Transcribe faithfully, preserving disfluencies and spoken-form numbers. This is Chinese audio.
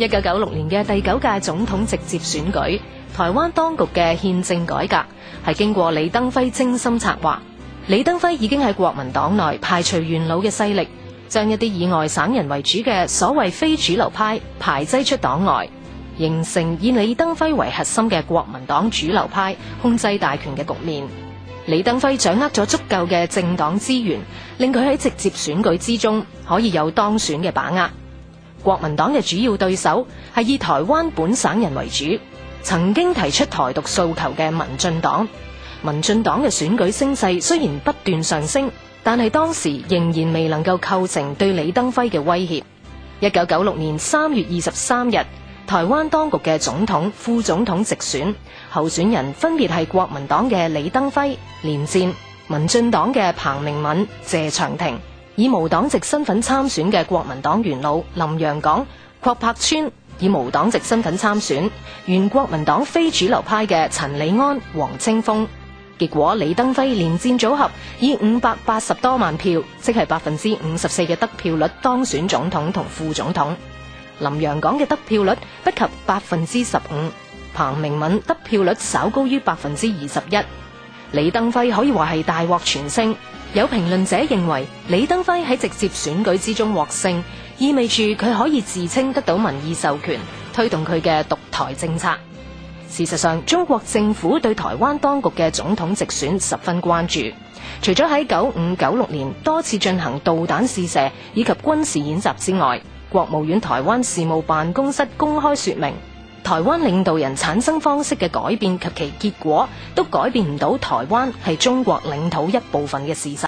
一九九六年嘅第九屆總統直接選舉，台灣當局嘅憲政改革係經過李登輝精心策劃。李登輝已經喺國民黨內排除元老嘅勢力，將一啲以外省人為主嘅所謂非主流派排擠出黨外，形成以李登輝為核心嘅國民黨主流派控制大權嘅局面。李登輝掌握咗足夠嘅政黨資源，令佢喺直接選舉之中可以有當選嘅把握。國民黨嘅主要對手係以台灣本省人為主，曾經提出台獨訴求嘅民進黨。民進黨嘅選舉聲勢雖然不斷上升，但係當時仍然未能夠構成對李登輝嘅威脅。一九九六年三月二十三日，台灣當局嘅總統、副總統直選候選人分別係國民黨嘅李登輝、連戰，民進黨嘅彭明敏、謝長廷，以無黨籍身份參選嘅國民黨元老林洋港、郝柏村，以無黨籍身份參選原國民黨非主流派嘅陳履安、黃清峰。結果李登輝連戰組合以五百八十多萬票，即係百分之五十四嘅得票率當選總統同副總統。林洋港嘅得票率不及百分之十五，彭明敏得票率稍高於百分之二十一。李登輝可以話係大獲全勝。有評論者認為，李登輝喺直接選舉之中獲勝，意味住佢可以自稱得到民意授權，推動佢嘅獨台政策。事實上，中國政府對台灣當局嘅總統直選十分關注。除咗喺九五、九六年多次進行導彈試射以及軍事演習之外，國務院台灣事務辦公室公開說明，台灣領導人產生方式嘅改變及其結果，都改變唔到台灣係中國領土一部分嘅事實。